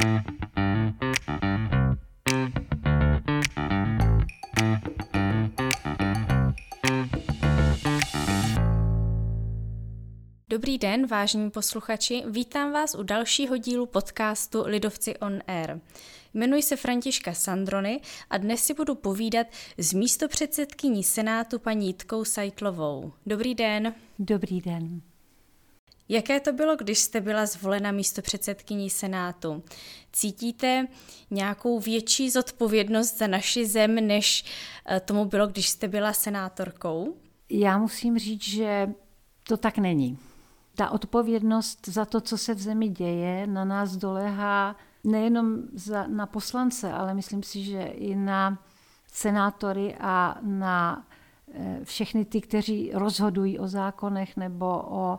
Dobrý den, vážení posluchači, vítám vás u dalšího dílu podcastu Lidovci on Air. Jmenuji se Františka Sandrony a dnes si budu povídat s místopředsedkyní Senátu paní Jitkou Seitlovou. Dobrý den. Dobrý den. Jaké to bylo, když jste byla zvolena místopředsedkyní Senátu? Cítíte nějakou větší zodpovědnost za naši zem, než tomu bylo, když jste byla senátorkou? Já musím říct, že to tak není. Ta odpovědnost za to, co se v zemi děje, na nás doléhá nejenom na poslance, ale myslím si, že i na senátory a na všechny ty, kteří rozhodují o zákonech nebo o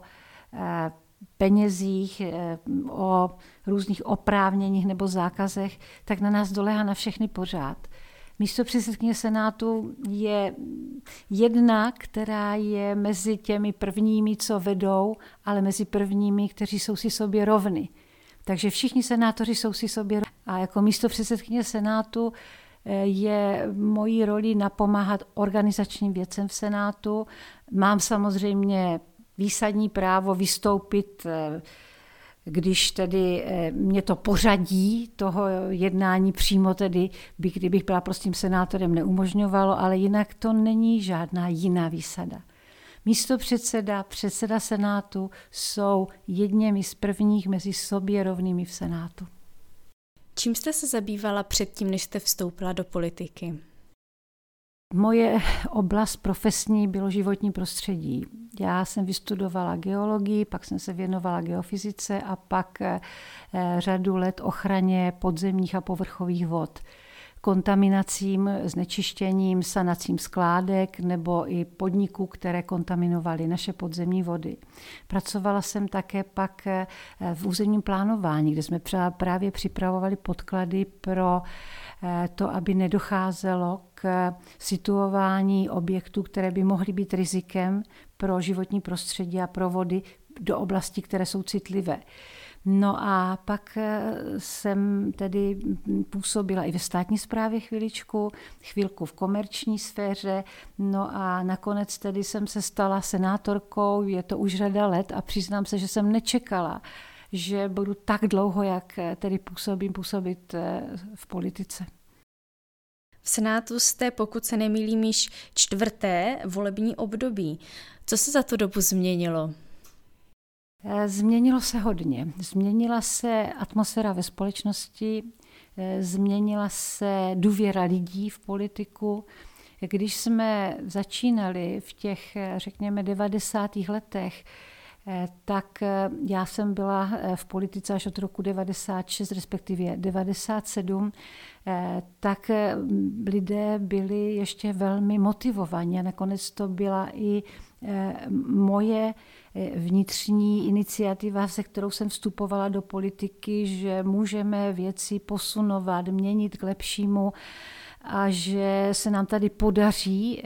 penězích, o různých oprávněních nebo zákazech, tak na nás doléhá na všechny pořád. Místopředsedkyně Senátu je jedna, která je mezi těmi prvními, co vedou, ale mezi prvními, kteří jsou si sobě rovni. Takže všichni senátoři jsou si sobě rovni. A jako místopředsedkyně Senátu je mojí roli napomáhat organizačním věcem v Senátu. Mám samozřejmě výsadní právo vystoupit, když tedy mě to pořadí toho jednání přímo tedy, kdybych byla prostým senátorem, neumožňovalo, ale jinak to není žádná jiná výsada. Místopředseda, předseda Senátu jsou jedněmi z prvních mezi sobě rovnými v Senátu. Čím jste se zabývala předtím, než jste vstoupila do politiky? Moje oblast profesní bylo životní prostředí. Já jsem vystudovala geologii, pak jsem se věnovala geofyzice a pak řadu let ochraně podzemních a povrchových vod, kontaminacím, znečištěním, sanacím skládek nebo i podniků, které kontaminovaly naše podzemní vody. Pracovala jsem také pak v územním plánování, kde jsme právě připravovali podklady pro to, aby nedocházelo k situování objektů, které by mohly být rizikem pro životní prostředí a pro vody do oblastí, které jsou citlivé. No a pak jsem tedy působila i ve státní správě chvilku v komerční sféře, no a nakonec tedy jsem se stala senátorkou, je to už řada let a přiznám se, že jsem nečekala, že budu tak dlouho, jak tedy působit v politice. V Senátu jste, pokud se nemýlím, již 4. volební období. Co se za tu dobu změnilo? Změnilo se hodně. Změnila se atmosféra ve společnosti, změnila se důvěra lidí v politiku. Když jsme začínali v těch, řekněme, 90. letech, tak já jsem byla v politice až od roku 96, respektive 97, tak lidé byli ještě velmi motivovaní a nakonec to byla i moje vnitřní iniciativa, se kterou jsem vstupovala do politiky, že můžeme věci posunovat, měnit k lepšímu a že se nám tady podaří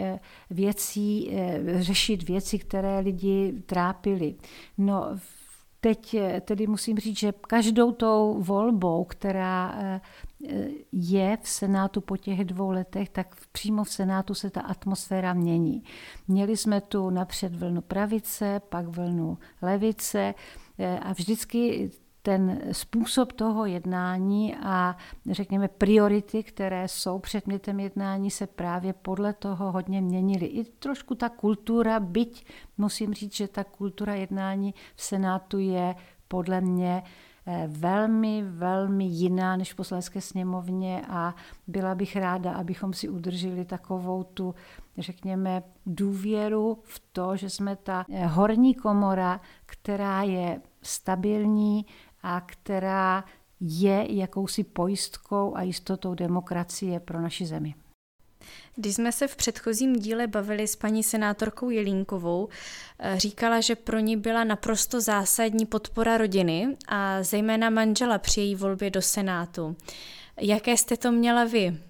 řešit věci, které lidi trápily. No, teď tedy musím říct, že každou tou volbou, která je v Senátu po těch 2 letech, tak přímo v Senátu se ta atmosféra mění. Měli jsme tu napřed vlnu pravice, pak vlnu levice a vždycky ten způsob toho jednání a řekněme priority, které jsou předmětem jednání, se právě podle toho hodně měnily. I trošku ta kultura, byť musím říct, že ta kultura jednání v Senátu je podle mě velmi, velmi jiná než v Poslanecké sněmovně a byla bych ráda, abychom si udrželi takovou tu, řekněme, důvěru v to, že jsme ta horní komora, která je stabilní a která je jakousi pojistkou a jistotou demokracie pro naši zemi. Když jsme se v předchozím díle bavili s paní senátorkou Jelínkovou, říkala, že pro ní byla naprosto zásadní podpora rodiny a zejména manžela při její volbě do Senátu. Jaké jste to měla vy?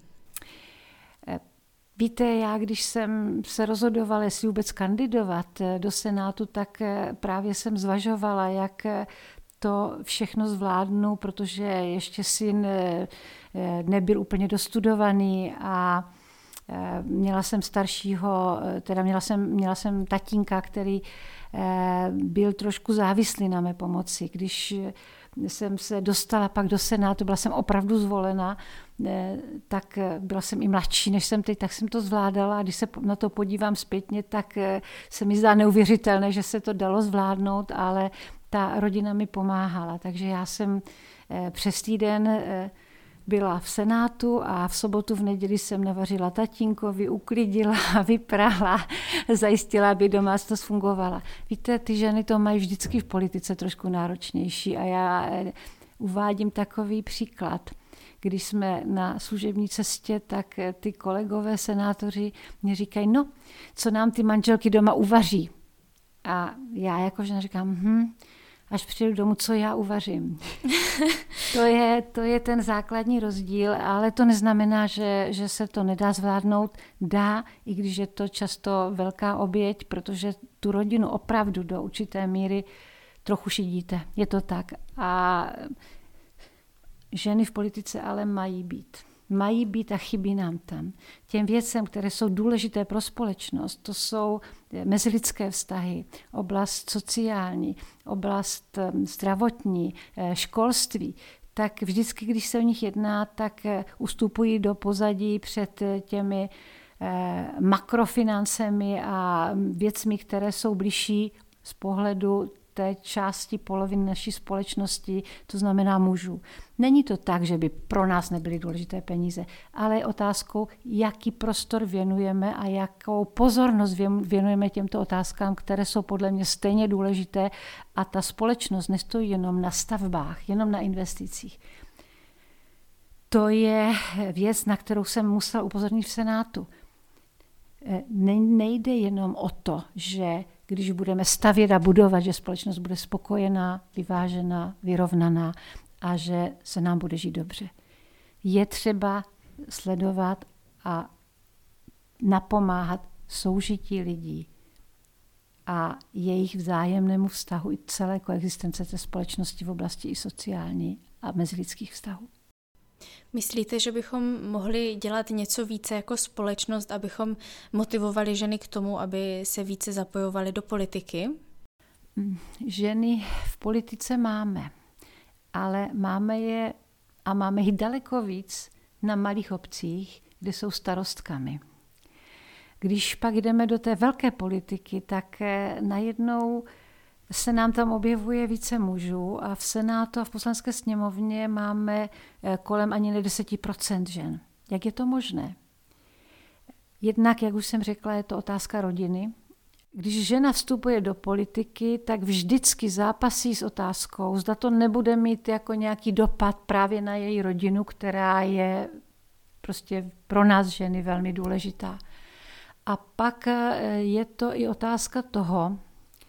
Víte, já když jsem se rozhodovala, jestli vůbec kandidovat do Senátu, tak právě jsem zvažovala, jak to všechno zvládnu, protože ještě syn nebyl úplně dostudovaný a měla jsem staršího, teda měla jsem tatínka, který byl trošku závislý na mé pomoci. Když jsem se dostala pak do Senátu, byla jsem opravdu zvolena, tak byla jsem i mladší, než jsem teď, tak jsem to zvládala a když se na to podívám zpětně, tak se mi zdá neuvěřitelné, že se to dalo zvládnout, ale ta rodina mi pomáhala, takže já jsem přes týden byla v Senátu a v sobotu, v neděli jsem navařila tatínkovi, uklidila, vyprala, zajistila, aby domácnost fungovala. Víte, ty ženy to mají vždycky v politice trošku náročnější a já uvádím takový příklad. Když jsme na služební cestě, tak ty kolegové senátoři mě říkají, no, co nám ty manželky doma uvaří. A já jako žena říkám, až přijdu domů, co já uvařím. To je ten základní rozdíl, ale to neznamená, že se to nedá zvládnout. Dá, i když je to často velká oběť, protože tu rodinu opravdu do určité míry trochu šidíte. Je to tak. A ženy v politice ale mají být. Mají být a chybí nám tam. Těm věcem, které jsou důležité pro společnost, to jsou mezilidské vztahy, oblast sociální, oblast zdravotní, školství, tak vždycky, když se o nich jedná, tak ustupují do pozadí před těmi makrofinancemi a věcmi, které jsou bližší z pohledu té části poloviny naší společnosti, to znamená mužů. Není to tak, že by pro nás nebyly důležité peníze, ale je otázkou, jaký prostor věnujeme a jakou pozornost věnujeme těmto otázkám, které jsou podle mě stejně důležité a ta společnost nestojí jenom na stavbách, jenom na investicích. To je věc, na kterou jsem musela upozornit v Senátu. Nejde jenom o to, že když budeme stavět a budovat, že společnost bude spokojená, vyvážená, vyrovnaná a že se nám bude žít dobře. Je třeba sledovat a napomáhat soužití lidí a jejich vzájemnému vztahu i celé koexistence té společnosti v oblasti i sociální a mezilidských vztahů. Myslíte, že bychom mohli dělat něco více jako společnost, abychom motivovali ženy k tomu, aby se více zapojovaly do politiky? Ženy v politice máme, ale máme je a máme jich daleko víc na malých obcích, kde jsou starostkami. Když pak jdeme do té velké politiky, tak najednou se nám tam objevuje více mužů a v Senátu a v Poslanecké sněmovně máme kolem ani ne 10% žen. Jak je to možné? Jednak, jak už jsem řekla, je to otázka rodiny. Když žena vstupuje do politiky, tak vždycky zápasí s otázkou, zda to nebude mít jako nějaký dopad právě na její rodinu, která je prostě pro nás ženy velmi důležitá. A pak je to i otázka toho,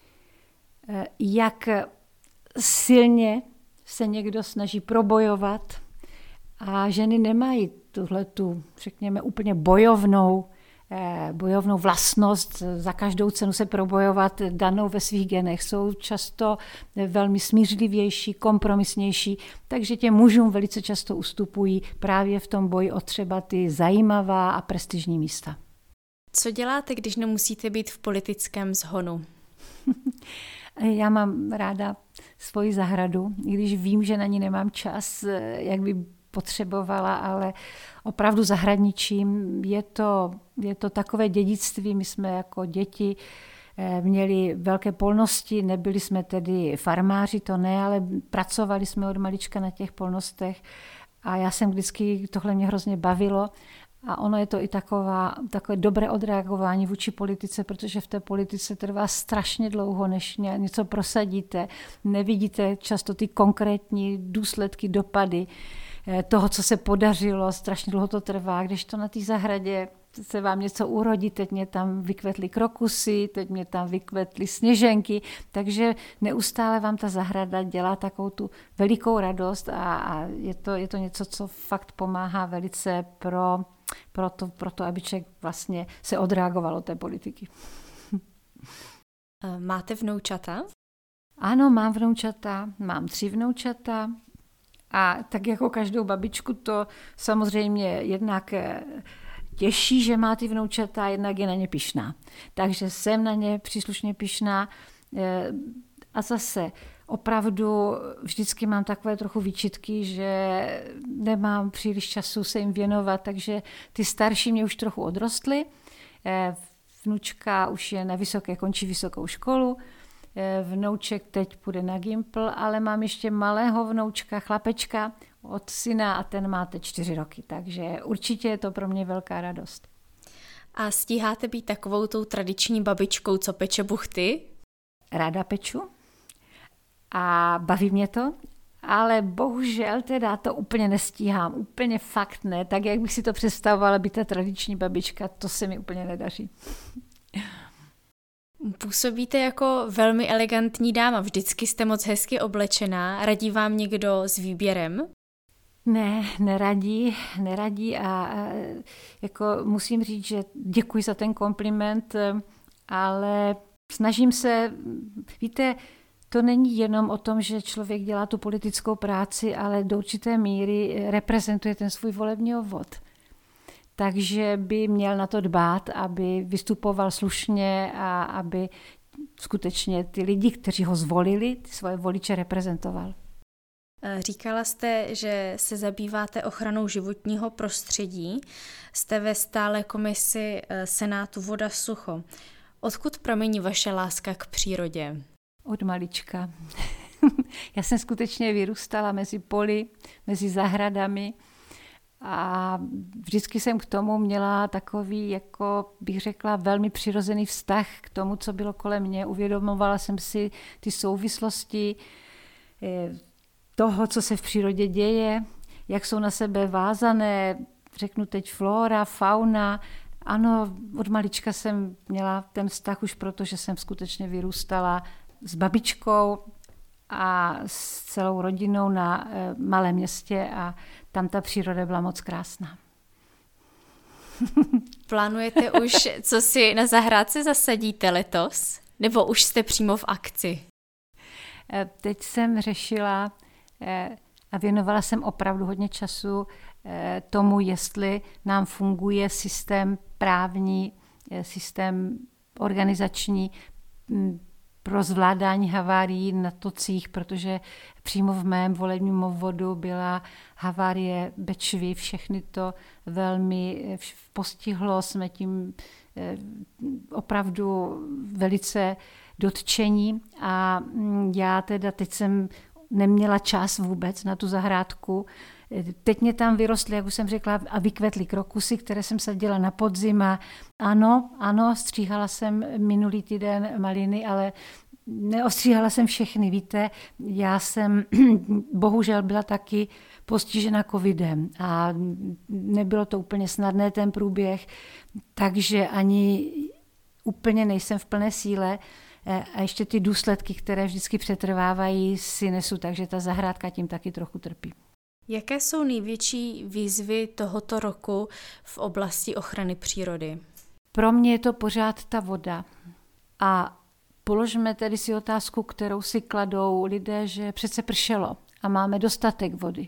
jak silně se někdo snaží probojovat a ženy nemají tuhletu, řekněme, úplně bojovnou vlastnost, za každou cenu se probojovat danou ve svých genech. Jsou často velmi smířlivější, kompromisnější, takže těm mužům velice často ustupují právě v tom boji o třeba ty zajímavá a prestižní místa. Co děláte, když nemusíte být v politickém zhonu? Já mám ráda svoji zahradu, i když vím, že na ní nemám čas, jak by potřebovala, ale opravdu zahradničím. Je to takové dědictví. My jsme jako děti měli velké polnosti, nebyli jsme tedy farmáři, to ne, ale pracovali jsme od malička na těch polnostech a já jsem vždycky, tohle mě hrozně bavilo. A ono je to i takové dobré odreagování vůči politice, protože v té politice trvá strašně dlouho, než něco prosadíte. Nevidíte často ty konkrétní důsledky, dopady toho, co se podařilo, strašně dlouho to trvá, kdežto na té zahradě se vám něco urodí, teď mě tam vykvetly krokusy, teď mě tam vykvetly sněženky, takže neustále vám ta zahrada dělá takovou tu velikou radost a je to něco, co fakt pomáhá velice pro to, aby člověk vlastně se odreagoval od té politiky. Máte vnoučata? Ano, mám vnoučata, mám 3 vnoučata a tak jako každou babičku to samozřejmě jednak těší, že má ty vnoučata, jednak je na ně pyšná. Takže jsem na ně příslušně pyšná a zase opravdu vždycky mám takové trochu výčitky, že nemám příliš času se jim věnovat, takže ty starší mě už trochu odrostly. Vnučka už je na vysoké, končí vysokou školu, vnouček teď půjde na Gimpl, ale mám ještě malého vnoučka, chlapečka od syna a ten má teď 4 roky, takže určitě je to pro mě velká radost. A stíháte být takovou tou tradiční babičkou, co peče buchty? Ráda peču a baví mě to, ale bohužel teda to úplně nestíhám, úplně fakt ne, tak jak bych si to představovala být ta tradiční babička, to se mi úplně nedaří. Působíte jako velmi elegantní dáma, vždycky jste moc hezky oblečená, radí vám někdo s výběrem? Ne, neradí a jako musím říct, že děkuji za ten kompliment, ale snažím se, víte, to není jenom o tom, že člověk dělá tu politickou práci, ale do určité míry reprezentuje ten svůj volební obvod. Takže by měl na to dbát, aby vystupoval slušně a aby skutečně ty lidi, kteří ho zvolili, ty svoje voliče reprezentoval. Říkala jste, že se zabýváte ochranou životního prostředí. Jste ve stálé komisi Senátu Voda Sucho. Odkud pramení vaše láska k přírodě? Od malička. Já jsem skutečně vyrůstala mezi poli, mezi zahradami a vždycky jsem k tomu měla takový, jako bych řekla, velmi přirozený vztah k tomu, co bylo kolem mě. Uvědomovala jsem si ty souvislosti toho, co se v přírodě děje, jak jsou na sebe vázané, řeknu teď flora, fauna. Ano, od malička jsem měla ten vztah už proto, že jsem skutečně vyrůstala s babičkou a s celou rodinou na malém městě a tam ta příroda byla moc krásná. Plánujete už, co si na zahrádce zasadíte letos? Nebo už jste přímo v akci? Teď jsem řešila a věnovala jsem opravdu hodně času tomu, jestli nám funguje systém právní, systém organizační pro zvládání havárií na tocích, protože přímo v mém volebním obvodu byla havárie Bečvy, všechny to velmi postihlo, jsme tím opravdu velice dotčení a já teda teď jsem neměla čas vůbec na tu zahrádku. Teď mě tam vyrostly, jak už jsem řekla, a vykvetly krokusy, které jsem sadila na podzim a ano, stříhala jsem minulý týden maliny, ale neostříhala jsem všechny. Víte, já jsem bohužel byla taky postižena covidem a nebylo to úplně snadné ten průběh, takže ani úplně nejsem v plné síle. A ještě ty důsledky, které vždycky přetrvávají, si nesu, takže ta zahrádka tím taky trochu trpí. Jaké jsou největší výzvy tohoto roku v oblasti ochrany přírody? Pro mě je to pořád ta voda. A položme tedy si otázku, kterou si kladou lidé, že přece pršelo a máme dostatek vody.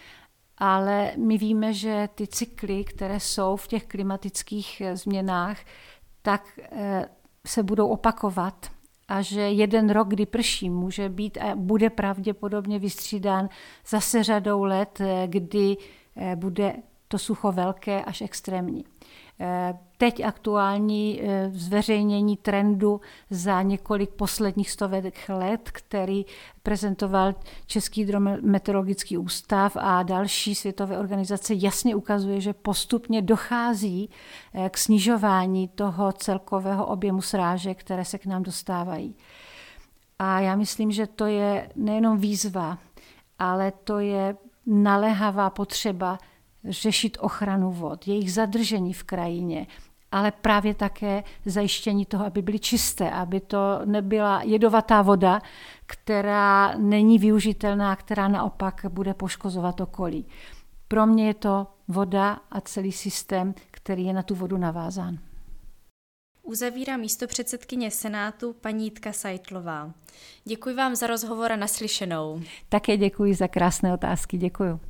Ale my víme, že ty cykly, které jsou v těch klimatických změnách, tak se budou opakovat. A že jeden rok, kdy prší, může být a bude pravděpodobně vystřídán zase řadou let, kdy bude to sucho velké až extrémní. Teď aktuální zveřejnění trendu za několik posledních stovek let, který prezentoval Český hydrometeorologický ústav a další světové organizace, jasně ukazuje, že postupně dochází k snižování toho celkového objemu srážek, které se k nám dostávají. A já myslím, že to je nejenom výzva, ale to je naléhavá potřeba řešit ochranu vod, jejich zadržení v krajině, ale právě také zajištění toho, aby byly čisté, aby to nebyla jedovatá voda, která není využitelná, která naopak bude poškozovat okolí. Pro mě je to voda a celý systém, který je na tu vodu navázán. uzavírá místopředsedkyně Senátu paní Jitka Seitlová. Děkuji vám za rozhovor a naslyšenou. Také děkuji za krásné otázky, děkuji.